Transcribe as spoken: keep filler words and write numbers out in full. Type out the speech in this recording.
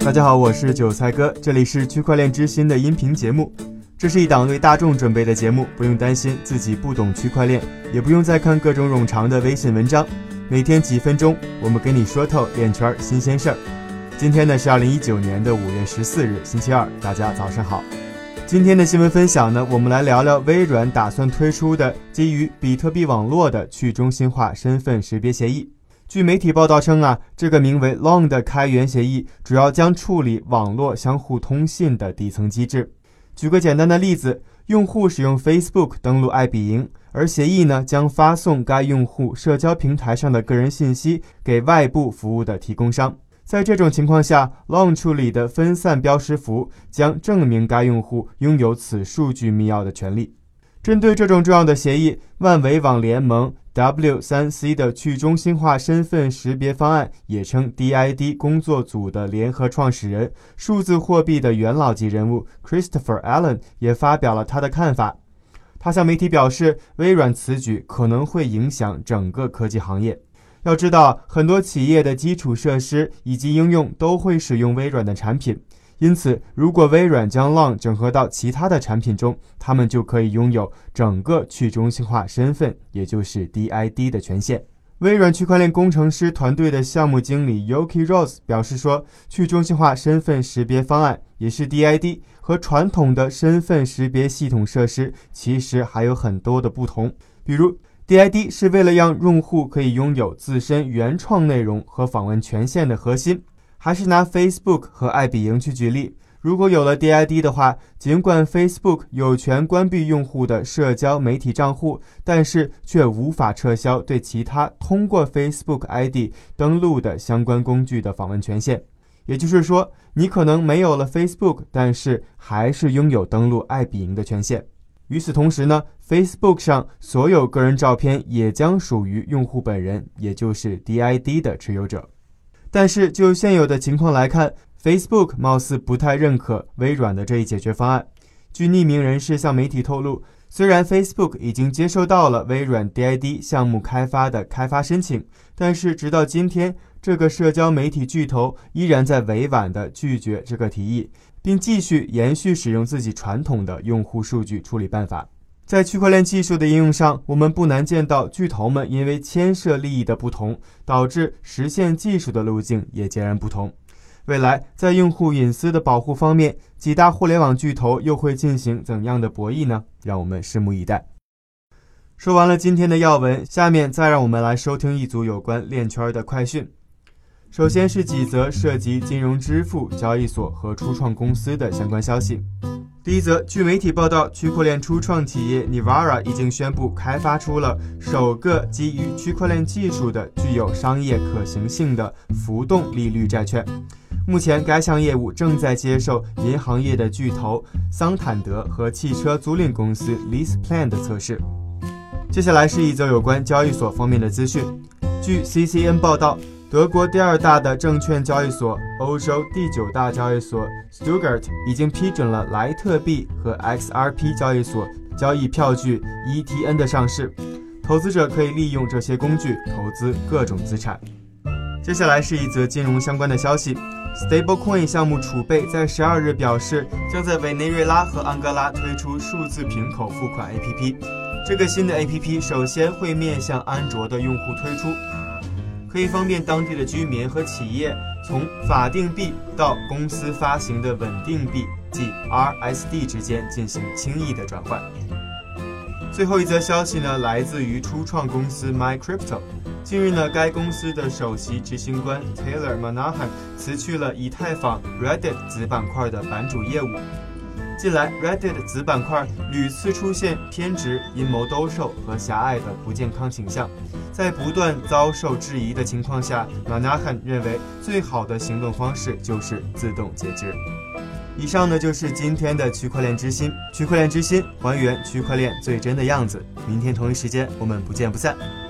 大家好，我是韭菜哥，这里是区块链之心的音频节目。这是一档为大众准备的节目，不用担心自己不懂区块链，也不用再看各种冗长的微信文章。每天几分钟，我们跟你说透链圈新鲜事儿。今天呢是二零一九年的五月十四日，星期二，大家早上好。今天的新闻分享呢，我们来聊聊微软打算推出的基于比特币网络的去中心化身份识别协议。据媒体报道称啊，这个名为 Long 的开源协议主要将处理网络相互通信的底层机制。举个简单的例子，用户使用 Facebook 登录爱彼迎，而协议呢将发送该用户社交平台上的个人信息给外部服务的提供商。在这种情况下 Long 处理的分散标识符将证明该用户拥有此数据密钥的权利。针对这种重要的协议，万维网联盟 W 三 C 的去中心化身份识别方案，也称 D I D 工作组的联合创始人、数字货币的元老级人物 Christopher Allen 也发表了他的看法。他向媒体表示，微软此举可能会影响整个科技行业。要知道，很多企业的基础设施以及应用都会使用微软的产品，因此如果微软将 Long 整合到其他的产品中，他们就可以拥有整个去中心化身份，也就是 D I D 的权限。微软区块链工程师团队的项目经理 Yoki Rose 表示说，去中心化身份识别方案，也是 D I D 和传统的身份识别系统设施其实还有很多的不同。比如D I D 是为了让用户可以拥有自身原创内容和访问权限的核心。还是拿 Facebook 和爱彼迎去举例，如果有了 D I D 的话，尽管 Facebook 有权关闭用户的社交媒体账户，但是却无法撤销对其他通过 Facebook I D 登录的相关工具的访问权限。也就是说，你可能没有了 Facebook， 但是还是拥有登录爱彼迎的权限。与此同时呢， Facebook 上所有个人照片也将属于用户本人，也就是 D I D 的持有者。但是就现有的情况来看， Facebook 貌似不太认可微软的这一解决方案。据匿名人士向媒体透露，虽然 Facebook 已经接收到了微软 D I D 项目开发的开发申请，但是直到今天，这个社交媒体巨头依然在委婉地拒绝这个提议，并继续延续使用自己传统的用户数据处理办法。在区块链技术的应用上，我们不难见到巨头们因为牵涉利益的不同，导致实现技术的路径也截然不同。未来在用户隐私的保护方面，几大互联网巨头又会进行怎样的博弈呢？让我们拭目以待。说完了今天的要闻，下面再让我们来收听一组有关链圈的快讯。首先是几则涉及金融支付、交易所和初创公司的相关消息。第一则，据媒体报道，区块链初创企业 Nivara 已经宣布开发出了首个基于区块链技术的具有商业可行性的浮动利率债券。目前该项业务正在接受银行业的巨头桑坦德和汽车租赁公司 LeasePlan 的测试。接下来是一则有关交易所方面的资讯。据 C C N 报道，德国第二大的证券交易所、欧洲第九大交易所 Stuttgart 已经批准了莱特币和 X R P 交易所交易票据 E T N 的上市，投资者可以利用这些工具投资各种资产。接下来是一则金融相关的消息。Stablecoin 项目储备在十二日表示，将在委内瑞拉和安哥拉推出数字平口付款 A P P。这个新的 A P P 首先会面向安卓的用户推出，可以方便当地的居民和企业从法定币到公司发行的稳定币即 R S D 之间进行轻易的转换。最后一则消息呢，来自于初创公司 MyCrypto。近日呢，该公司的首席执行官 Taylor Monahan 辞去了以太坊 Reddit 子板块的版主业务。近来 Reddit 子板块屡次出现偏执、阴谋兜售和狭隘的不健康倾向，在不断遭受质疑的情况下， Monahan 认为最好的行动方式就是自动截肢。以上呢就是今天的区块链之心，区块链之心还原区块链最真的样子。明天同一时间我们不见不散。